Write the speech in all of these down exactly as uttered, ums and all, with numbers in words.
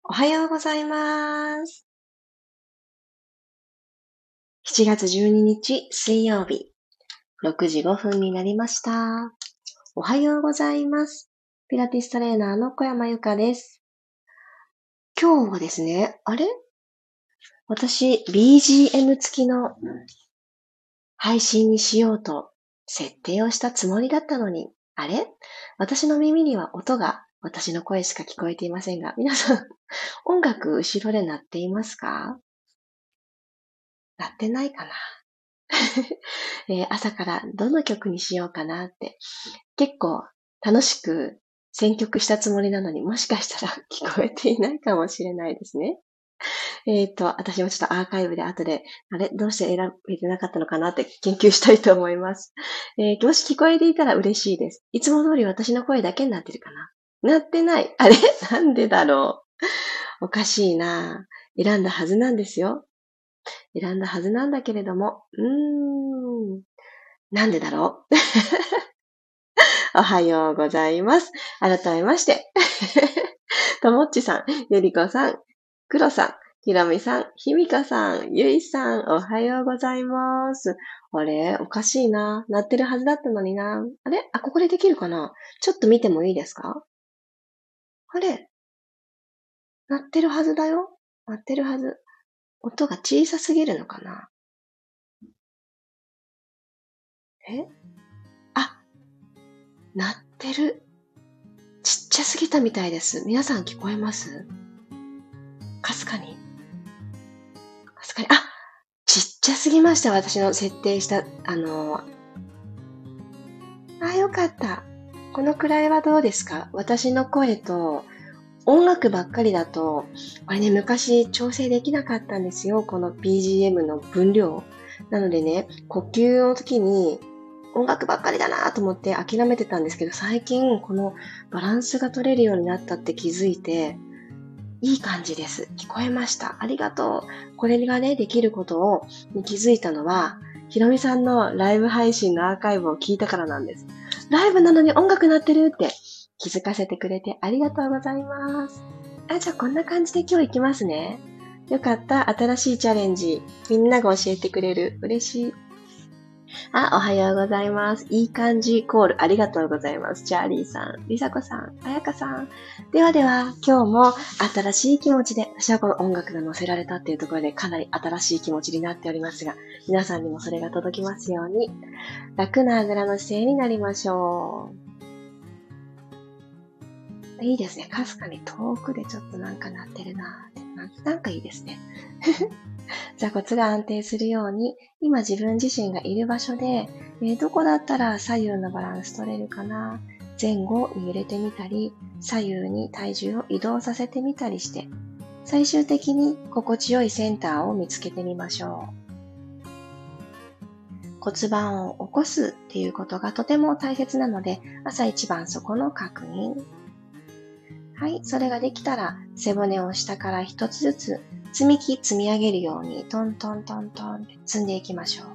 おはようございます。しちがつじゅうににち水曜日、ろくじごふんになりました。おはようございます。ピラティストレーナーの小山由かです。今日はですね、あれ私、ビージーエム 付きの配信にしようと設定をしたつもりだったのに、あれ私の耳には音が私の声しか聞こえていませんが、皆さん、音楽後ろで鳴っていますか？鳴ってないかなえー朝からどの曲にしようかなって結構楽しく選曲したつもりなのにもしかしたら聞こえていないかもしれないですね。えっと、私もちょっとアーカイブで後で、あれどうして選べてなかったのかなって研究したいと思います。えー、もし聞こえていたら嬉しいです。いつも通り私の声だけになってるかな？なってない。あれなんでだろう。おかしいな。選んだはずなんですよ。選んだはずなんだけれども、うーん。なんでだろうおはようございます。改めまして。ともっちさん、ゆりこさん、くろさん、ひろみさん、ひみかさん、ゆいさん、おはようございます。あれおかしいな。鳴ってるはずだったのにな。あれあ、ここでできるかな？ちょっと見てもいいですか？あれ鳴ってるはずだよ。鳴ってるはず。音が小さすぎるのかな？えあ、鳴ってる。ちっちゃすぎたみたいです。皆さん聞こえます？かすかにかすかに。あ、ちっちゃすぎました。私の設定した、あのー、あ、よかった。このくらいはどうですか？私の声と音楽ばっかりだと、これね、昔調整できなかったんですよ。この ビージーエム の分量。なのでね、呼吸の時に音楽ばっかりだなと思って諦めてたんですけど、最近このバランスが取れるようになったって気づいて、いい感じです。聞こえました。ありがとう。これがね、できることをに気づいたのは、ひろみさんのライブ配信のアーカイブを聞いたからなんです。ライブなのに音楽鳴ってるって気づかせてくれてありがとうございます。あ、じゃあこんな感じで今日行きますね。よかった。新しいチャレンジ。みんなが教えてくれる。嬉しい。あ、おはようございます。いい感じコールありがとうございます。チャーリーさん、リサコさん、あやかさん。ではでは、今日も新しい気持ちで、私はこの音楽が乗せられたっていうところでかなり新しい気持ちになっておりますが、皆さんにもそれが届きますように、楽なあぐらの姿勢になりましょう。いいですね。かすかに遠くでちょっとなんか鳴ってるなーって。なんかいいですね。座骨が安定するように、今自分自身がいる場所で、えーどこだったら左右のバランス取れるかな、前後に揺れてみたり、左右に体重を移動させてみたりして、最終的に心地よいセンターを見つけてみましょう。骨盤を起こすっていうことがとても大切なので、朝一番そこの確認。はい、それができたら背骨を下から一つずつ積み木積み上げるようにトントントントンって積んでいきましょ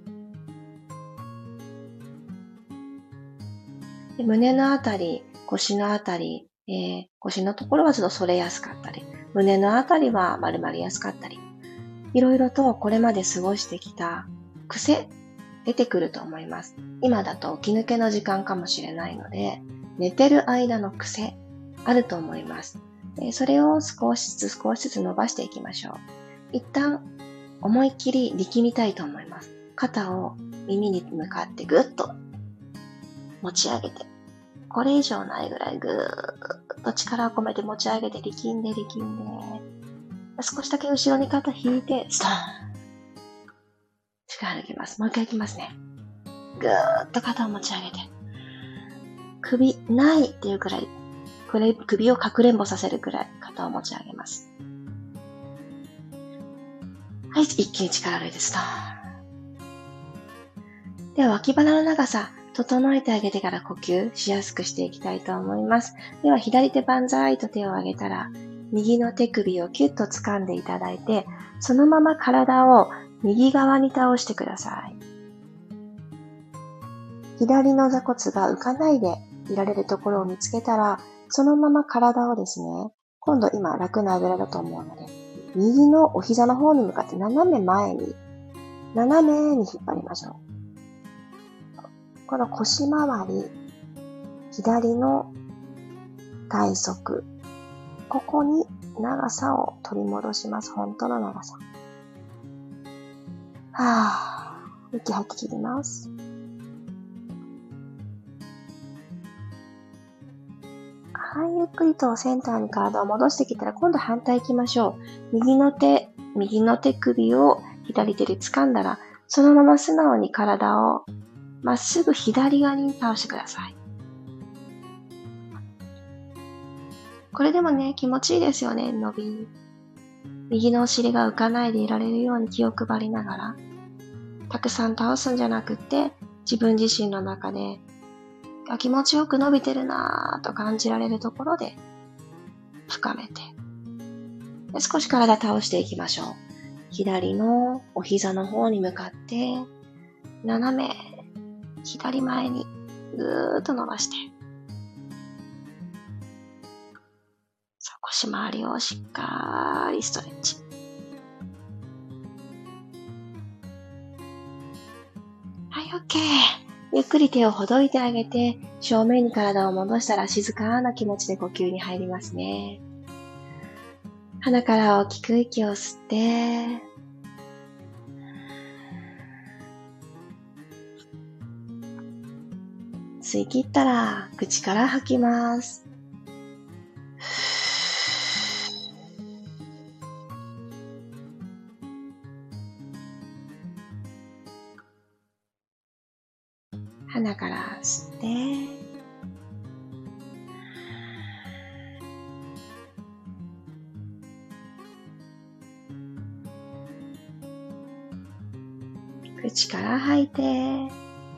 う。で胸のあたり、腰のあたり、えー、腰のところはちょっと反れやすかったり、胸のあたりは丸まりやすかったり、いろいろとこれまで過ごしてきた癖出てくると思います。今だと起き抜けの時間かもしれないので、寝てる間の癖あると思います。それを少しずつ少しずつ伸ばしていきましょう。一旦思いっきり力みたいと思います。肩を耳に向かってぐっと持ち上げて、これ以上ないぐらいぐーっと力を込めて持ち上げて力んで力んで、少しだけ後ろに肩引いて、ストーン。力抜きます。もう一回いきますね。ぐーっと肩を持ち上げて、首ないっていうくらい、首をかくれんぼさせるくらい肩を持ち上げます。はい、一気に力を入れてストーン。では脇腹の長さ、整えてあげてから呼吸しやすくしていきたいと思います。では左手万歳と手を上げたら、右の手首をキュッと掴んでいただいて、そのまま体を右側に倒してください。左の座骨が浮かないでいられるところを見つけたら、そのまま体をですね、 今度今楽なあぐらだと思うので、右のお膝の方に向かって斜め前に、斜めに引っ張りましょう。この腰回り、左の体側、ここに長さを取り戻します。本当の長さ。はぁ、息吐き切ります。はい、ゆっくりとセンターに体を戻してきたら、今度反対行きましょう。右の手、右の手首を左手で掴んだら、そのまま素直に体をまっすぐ左側に倒してください。これでもね、気持ちいいですよね、伸び。右のお尻が浮かないでいられるように気を配りながら、たくさん倒すんじゃなくって、自分自身の中で、気持ちよく伸びてるなぁと感じられるところで深めてで、少し体倒していきましょう。左のお膝の方に向かって斜め左前にぐーっと伸ばして、腰回りをしっかりストレッチ。はい、 OK。ゆっくり手をほどいてあげて、正面に体を戻したら静かな気持ちで呼吸に入りますね。鼻から大きく息を吸って、吸い切ったら口から吐きます。鼻から吸って、口から吐いて、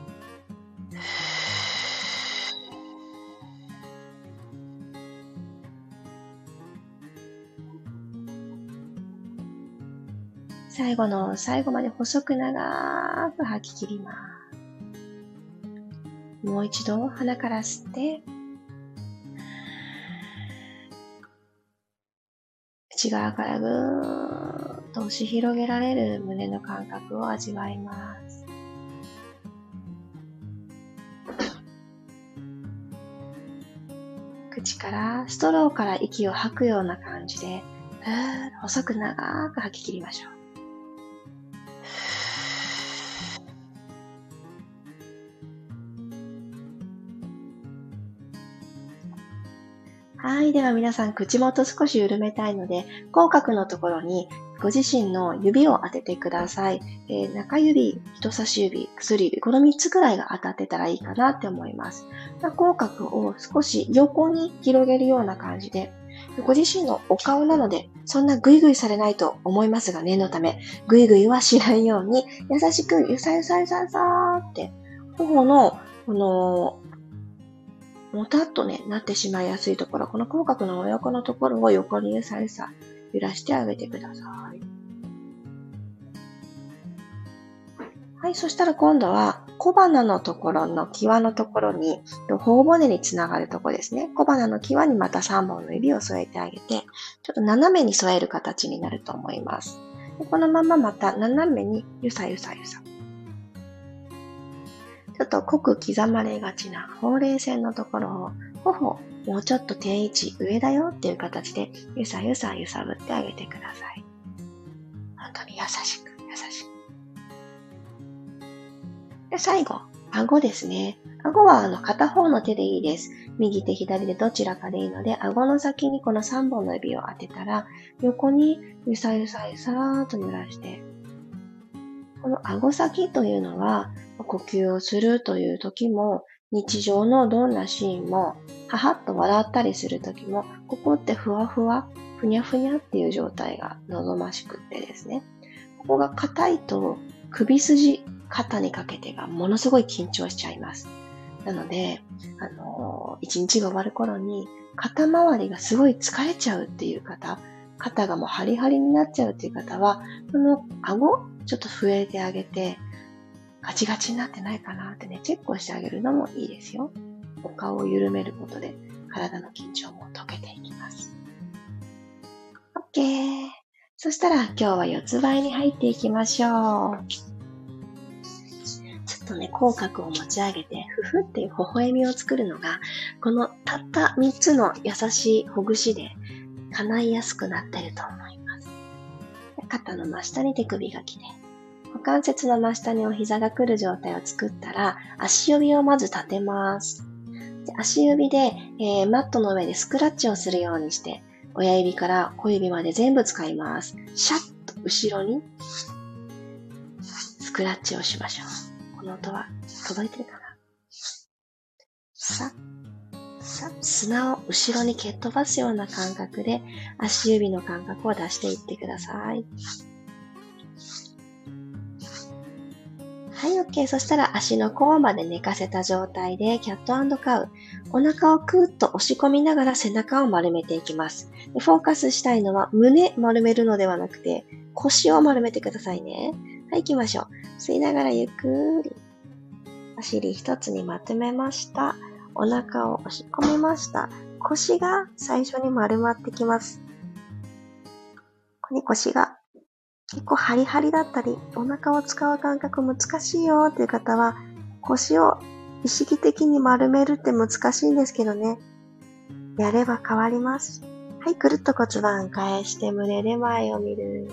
最後の最後まで細く長く吐き切ります。もう一度鼻から吸って、内側からぐーっと押し広げられる胸の感覚を味わいます。口からストローから息を吐くような感じで、細く長く吐き切りましょう。はい。では皆さん、口元少し緩めたいので、口角のところにご自身の指を当ててください。えー、中指、人差し指、薬指、このみっつくらいが当たってたらいいかなって思います。口角を少し横に広げるような感じで、ご自身のお顔なので、そんなグイグイされないと思いますが、念のため、グイグイはしないように、優しくゆさゆさゆさゆさーって、頬の、この、もたっとね、なってしまいやすいところ、この口角のお横のところを横にゆさゆさ揺らしてあげてください。はい、そしたら今度は小鼻のところの際のところに、頬骨につながるところですね。小鼻の際にまたさんぼんの指を添えてあげて、ちょっと斜めに添える形になると思います。でこのまままた斜めにゆさゆさゆさ。ちょっと濃く刻まれがちなほうれい線のところを、頬、もうちょっと定位置上だよっていう形で、ゆさゆさ揺さぶってあげてください。本当に優しく、優しく。で、最後、顎ですね。顎はあの片方の手でいいです。右手、左手どちらかでいいので、顎の先にこのさんぼんの指を当てたら、横にゆさゆさゆさーっと揺らして、この顎先というのは、呼吸をするという時も、日常のどんなシーンも、ははっと笑ったりする時も、ここってふわふわ、ふにゃふにゃっていう状態が望ましくってですね。ここが硬いと、首筋、肩にかけてがものすごい緊張しちゃいます。なので、あのー、一日が終わる頃に、肩周りがすごい疲れちゃうっていう方、肩がもうハリハリになっちゃうっていう方は、この顎、ちょっと触れてあげて、ガチガチになってないかなってね、チェックをしてあげるのもいいですよ。お顔を緩めることで体の緊張も解けていきます。 そしたら今日は四つ倍に入っていきましょう。ちょっとね、口角を持ち上げて、ふふっていう微笑みを作るのが、このたったみっつの優しいほぐしで叶いやすくなってると思います。肩の真下に手首が来て、股関節の真下にお膝が来る状態を作ったら、足指をまず立てます。で足指で、えー、マットの上でスクラッチをするようにして、親指から小指まで全部使います。シャッと後ろにスクラッチをしましょう。この音は届いてるかな？さっ、さっ、砂を後ろに蹴っ飛ばすような感覚で足指の感覚を出していってください。はい、OK。そしたら足の甲まで寝かせた状態でキャット&カウ。お腹をクーッと押し込みながら背中を丸めていきます。でフォーカスしたいのは胸丸めるのではなくて腰を丸めてくださいね。はい、行きましょう。吸いながらゆっくり。お尻一つにまとめました。お腹を押し込みました。腰が最初に丸まってきます。ここに腰が結構ハリハリだったり、お腹を使う感覚難しいよっていう方は、腰を意識的に丸めるって難しいんですけどね。やれば変わります。はい、くるっと骨盤返して胸で前を見る。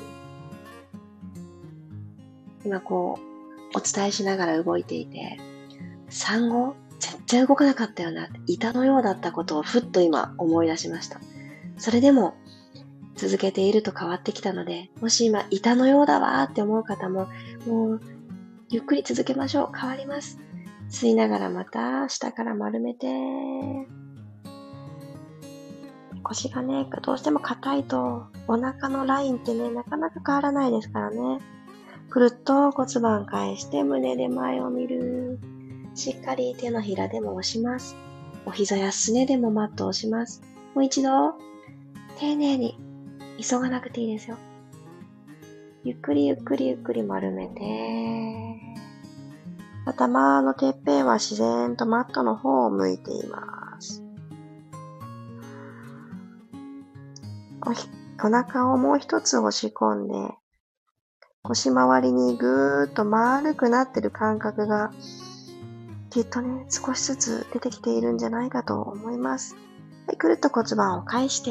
今こう、お伝えしながら動いていて、産後、全然動かなかったよな、板のようだったことをふっと今思い出しました。それでも、続けていると変わってきたので、もし今板のようだわーって思う方も、もうゆっくり続けましょう。変わります。吸いながらまた下から丸めて、腰がね、どうしても硬いとお腹のラインってね、なかなか変わらないですからね。くるっと骨盤返して胸で前を見る。しっかり手のひらでも押します。お膝やすねでもマットを押します。もう一度、丁寧に急がなくていいですよ。ゆっくりゆっくりゆっくり丸めて、頭のてっぺんは自然とマットの方を向いています。お, お腹をもう一つ押し込んで、腰周りにぐーっと丸くなってる感覚がきっとね、少しずつ出てきているんじゃないかと思います。はい、くるっと骨盤を返して、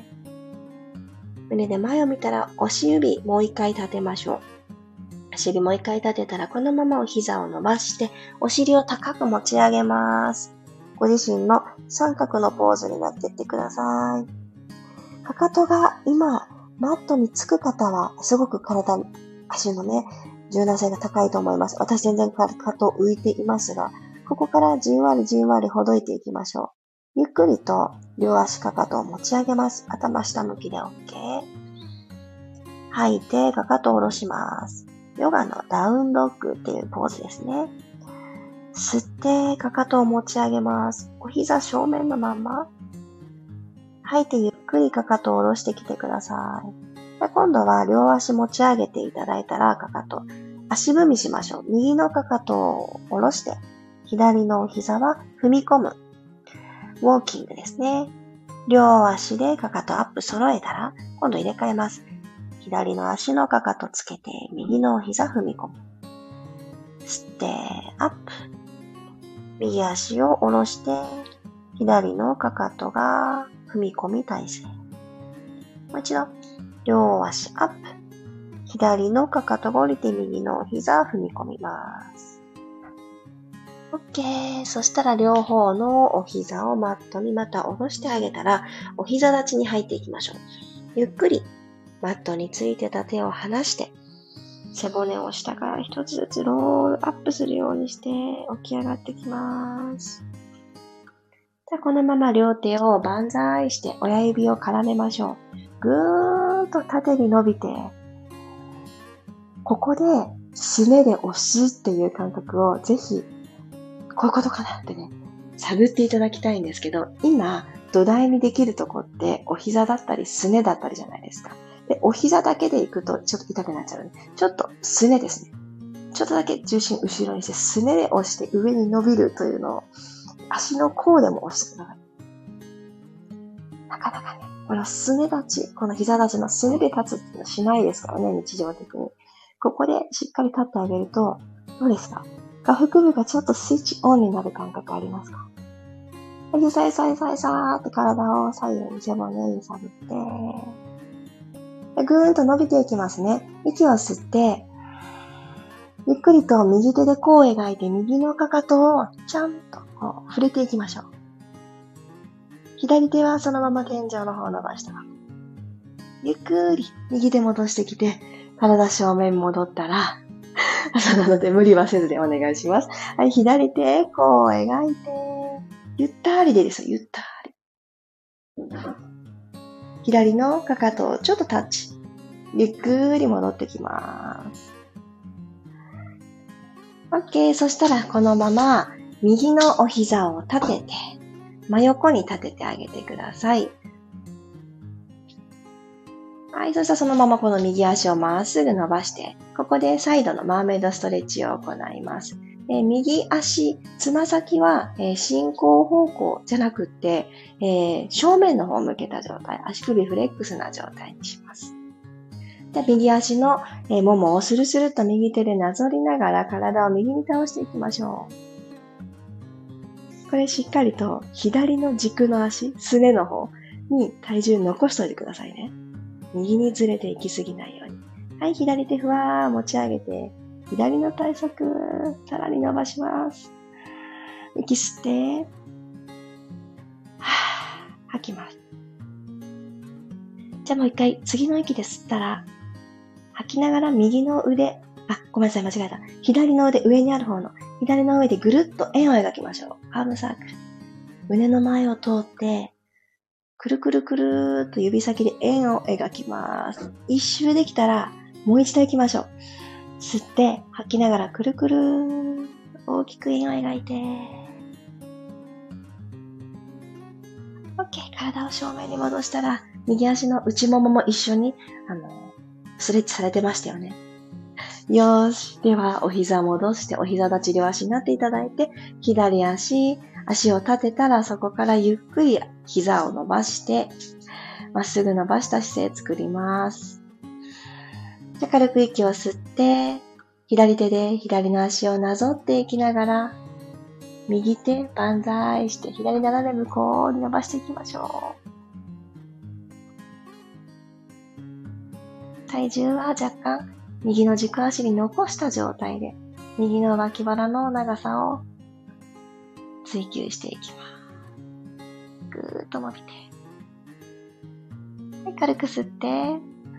胸で前を見たら足指もう一回立てましょう。足指もう一回立てたらこのままお膝を伸ばしてお尻を高く持ち上げます。ご自身の三角のポーズになっていってください。かかとが今マットにつく方はすごく体、足のね、柔軟性が高いと思います。私全然かかと浮いていますが、ここからじんわりじんわりほどいていきましょう。ゆっくりと両足かかとを持ち上げます。頭下向きで OK。吐いてかかとを下ろします。ヨガのダウンドッグっていうポーズですね。吸ってかかとを持ち上げます。お膝正面のまんま。吐いてゆっくりかかとを下ろしてきてください。で今度は両足持ち上げていただいたらかかと、足踏みしましょう。右のかかとを下ろして、左のお膝は踏み込む。ウォーキングですね。両足でかかとアップ揃えたら、今度入れ替えます。左の足のかかとつけて、右のお膝踏み込む。吸って、アップ。右足を下ろして、左のかかとが踏み込み体勢。もう一度、両足アップ。左のかかとが降りて、右のお膝踏み込みます。OK。そしたら両方のお膝をマットにまた下ろしてあげたら、お膝立ちに入っていきましょう。ゆっくりマットについてた手を離して、背骨を下から一つずつロールアップするようにして起き上がってきます。じゃあこのまま両手を万歳して親指を絡めましょう。ぐーっと縦に伸びて、ここですねで押すっていう感覚をぜひ、こういうことかなってね、探っていただきたいんですけど、今、土台にできるとこってお膝だったりすねだったりじゃないですか。で、お膝だけで行くとちょっと痛くなっちゃうので、ちょっとすねですね。ちょっとだけ重心後ろにして、すねで押して上に伸びるというのを、足の甲でも押してください。なかなかね、 このすね立ち、この膝立ちのすねで立つっていうのはしないですからね、日常的に。ここでしっかり立ってあげると、どうですか？下腹部がちょっとスイッチオンになる感覚ありますか？で、さいさいさいさーって体を左右に背骨にさぶって、でぐーんと伸びていきますね。息を吸って、ゆっくりと右手で弧を描いて右のかかとをちゃんとこう触れていきましょう。左手はそのまま天井の方を伸ばしたまま。ゆっくり右手戻してきて、体正面戻ったら、朝なので無理はせずでお願いします。はい、左手、こう描いて、ゆったりでいいですよ、ゆったり。左のかかとをちょっとタッチ。ゆっくり戻ってきます。OK。そしたらこのまま右のお膝を立てて、真横に立ててあげてください。はい。そしたらそのままこの右足をまっすぐ伸ばして、ここでサイドのマーメイドストレッチを行います。えー、右足、つま先は、えー、進行方向じゃなくって、えー、正面の方を向けた状態、足首フレックスな状態にします。で右足の、えー、ももをスルスルっと右手でなぞりながら体を右に倒していきましょう。これしっかりと左の軸の足、すねの方に体重残しておいてくださいね。右にずれていきすぎないように。はい、左手ふわー持ち上げて、左の体側、さらに伸ばします。息吸って、はー、吐きます。じゃあもう一回、次の息で吸ったら、吐きながら右の腕、あ、ごめんなさい、間違えた。左の腕、上にある方の、左の上でぐるっと円を描きましょう。ハーフサークル。胸の前を通って、くるくるくるーっと指先で円を描きます。一周できたら、もう一度行きましょう。吸って、吐きながらくるくるー、大きく円を描いて。OK。体を正面に戻したら、右足の内ももも一緒に、あの、ストレッチされてましたよね。よーし。では、お膝戻して、お膝立ち両足になっていただいて、左足、足を立てたら、そこからゆっくり膝を伸ばして、まっすぐ伸ばした姿勢作ります。じゃ軽く息を吸って、左手で左の足をなぞっていきながら、右手万歳して、左斜め向こうに伸ばしていきましょう。体重は若干、右の軸足に残した状態で、右の脇腹の長さを追求していきます。ぐーっと伸びて。はい、軽く吸って、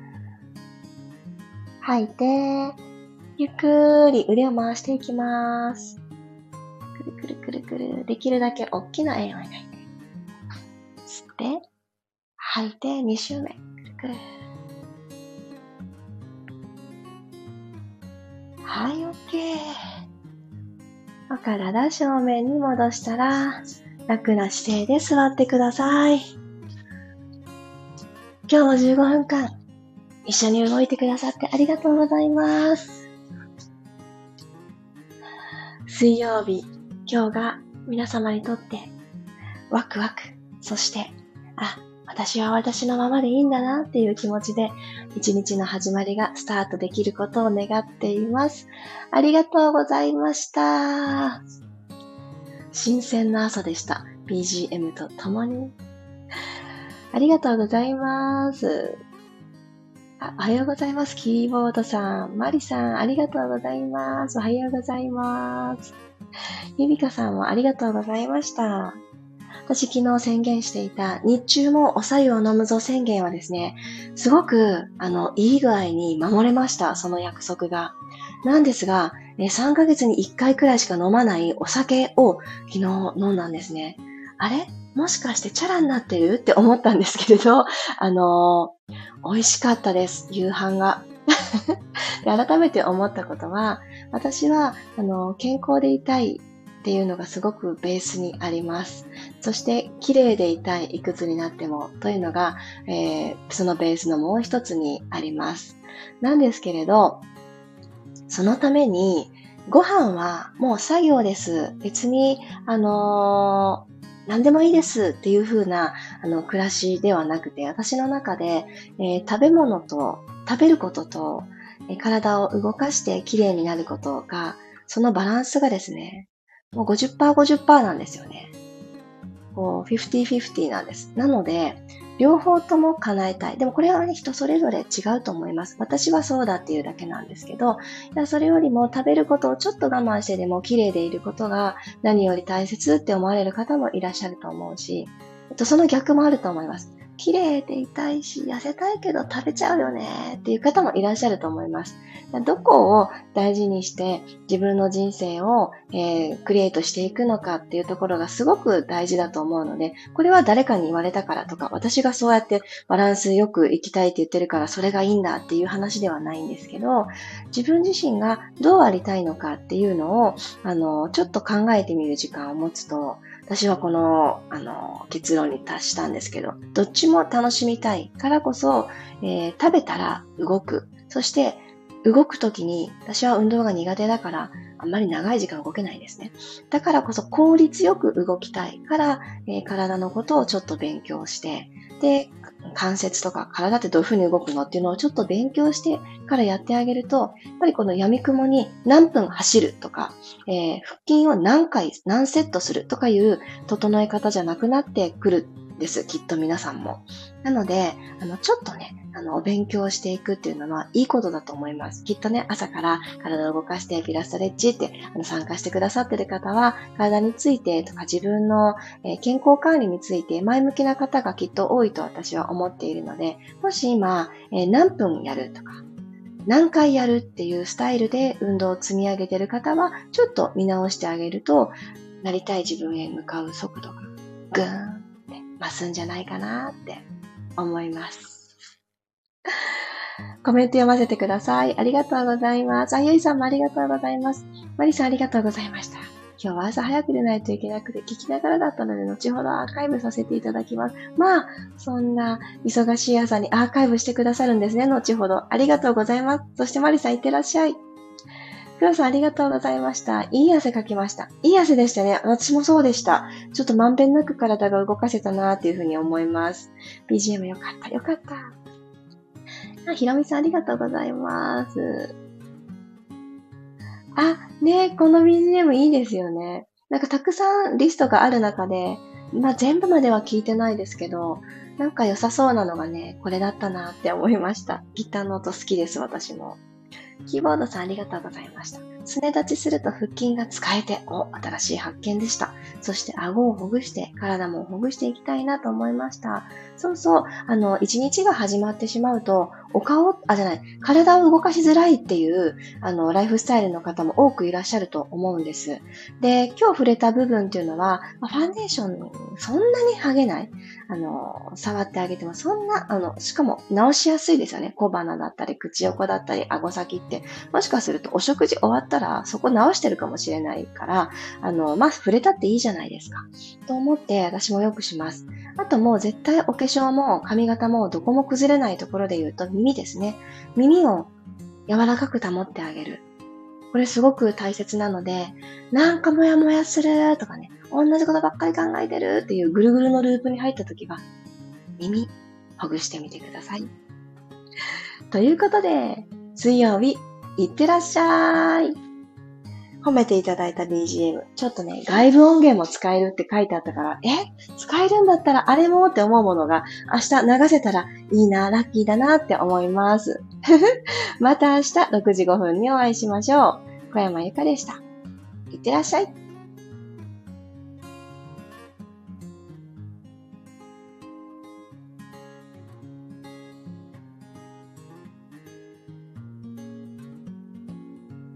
吐いて、ゆっくり腕を回していきます。くるくるくるくる。できるだけ大きな円を描いて。吸って、吐いて、に周目。くるくる。はい、OK。お体正面に戻したら、楽な姿勢で座ってください。今日もじゅうごふんかん、一緒に動いてくださってありがとうございます。水曜日、今日が皆様にとってワクワク、そして、あ、私は私のままでいいんだなっていう気持ちで一日の始まりがスタートできることを願っています。ありがとうございました。新鮮な朝でした。ビージーエム とともに。ありがとうございます。あ、おはようございます。キーボードさん。マリさん、ありがとうございます。おはようございます。ゆびかさんもありがとうございました。私昨日宣言していた日中もお白湯を飲むぞ宣言はですね、すごくあのいい具合に守れました。その約束が。なんですが、さんかげつにいっかいくらいしか飲まないお酒を昨日飲んだんですね。あれもしかしてチャラになってるって思ったんですけれど、あのー、美味しかったです。夕飯が。で改めて思ったことは、私はあの健康でいたいっていうのがすごくベースにあります。そして綺麗でいたい、いくつになってもというのが、えー、そのベースのもう一つにあります。なんですけれど、そのためにご飯はもう作業です。別にあの何でもいいですっていう風な、あの、暮らしではなくて、私の中で、えー食べ物と、食べることと、えー体を動かして綺麗になることが、そのバランスがですね、もうごじゅっパーセント、ごじゅっパーセントなんですよね。こう、フィフティーフィフティーなんです。なので、両方とも叶えたい。でもこれはね、人それぞれ違うと思います。私はそうだっていうだけなんですけど、いやそれよりも食べることをちょっと我慢してでも綺麗でいることが何より大切って思われる方もいらっしゃると思うし、えっと、その逆もあると思います。綺麗でいたいし、痩せたいけど食べちゃうよねっていう方もいらっしゃると思います。どこを大事にして自分の人生を、えークリエイトしていくのかっていうところがすごく大事だと思うので、これは誰かに言われたからとか、私がそうやってバランスよく生きたいって言ってるからそれがいいんだっていう話ではないんですけど、自分自身がどうありたいのかっていうのを、あの、ちょっと考えてみる時間を持つと、私はこの、あの、結論に達したんですけど、どっちも楽しみたいからこそ、えー食べたら動く。そして、動くときに、私は運動が苦手だから、あんまり長い時間動けないんですね。だからこそ効率よく動きたいから、えー体のことをちょっと勉強して、で、関節とか体ってどういうふうに動くのっていうのをちょっと勉強してからやってあげると、やっぱりこの闇雲に何分走るとか、えー腹筋を何回、何セットするとかいう整え方じゃなくなってくるんです。きっと皆さんも。なので、あの、ちょっとね、あの、お勉強していくっていうのはいいことだと思います。きっとね、朝から体を動かしてピラストレッチってあの参加してくださってる方は、体についてとか自分の、えー健康管理について前向きな方がきっと多いと私は思っているので、もし今、えー何分やるとか、何回やるっていうスタイルで運動を積み上げている方は、ちょっと見直してあげると、なりたい自分へ向かう速度がぐーんって増すんじゃないかなって思います。コメント読ませてください。ありがとうございます。あゆいさんもありがとうございます。マリさんありがとうございました。今日は朝早く出ないといけなくて聞きながらだったので、後ほどアーカイブさせていただきます。まあ、そんな忙しい朝にアーカイブしてくださるんですね、後ほど。ありがとうございます。そしてマリさんいってらっしゃい。クロさんありがとうございました。いい汗かきました。いい汗でしたね。私もそうでした。ちょっとまんべんなく体が動かせたなっていうふうに思います。ビージーエム よかった、よかった。あ、ひろみさんありがとうございます。あ、ね、この ビージーエム いいですよね。なんかたくさんリストがある中で、まあ全部までは聞いてないですけど、なんか良さそうなのがね、これだったなって思いました。ギターの音好きです、私も。キーボードさんありがとうございました。すね立ちすると腹筋が使えて、お、新しい発見でした。そして顎をほぐして、体もほぐしていきたいなと思いました。そうそう、あの、一日が始まってしまうと、お顔、あ、じゃない、体を動かしづらいっていう、あの、ライフスタイルの方も多くいらっしゃると思うんです。で、今日触れた部分っていうのは、ファンデーション、そんなに剥げない。あの、触ってあげても、そんな、あの、しかも直しやすいですよね。小鼻だったり、口横だったり、顎先って。もしかするとお食事終わったらそこ直してるかもしれないから、あの、まあ、触れたっていいじゃないですか。と思って私もよくします。あともう絶対お化粧も髪型もどこも崩れないところで言うと耳ですね。耳を柔らかく保ってあげる。これすごく大切なので、なんかモヤモヤするとかね、同じことばっかり考えてるっていうぐるぐるのループに入った時は、耳ほぐしてみてください。ということで、水曜日、いってらっしゃい。褒めていただいた ビージーエム。ちょっとね、外部音源も使えるって書いてあったから、え使えるんだったらあれもって思うものが明日流せたらいいな、ラッキーだなって思います。また明日ろくじごふんにお会いしましょう。小山由かでした。いってらっしゃい。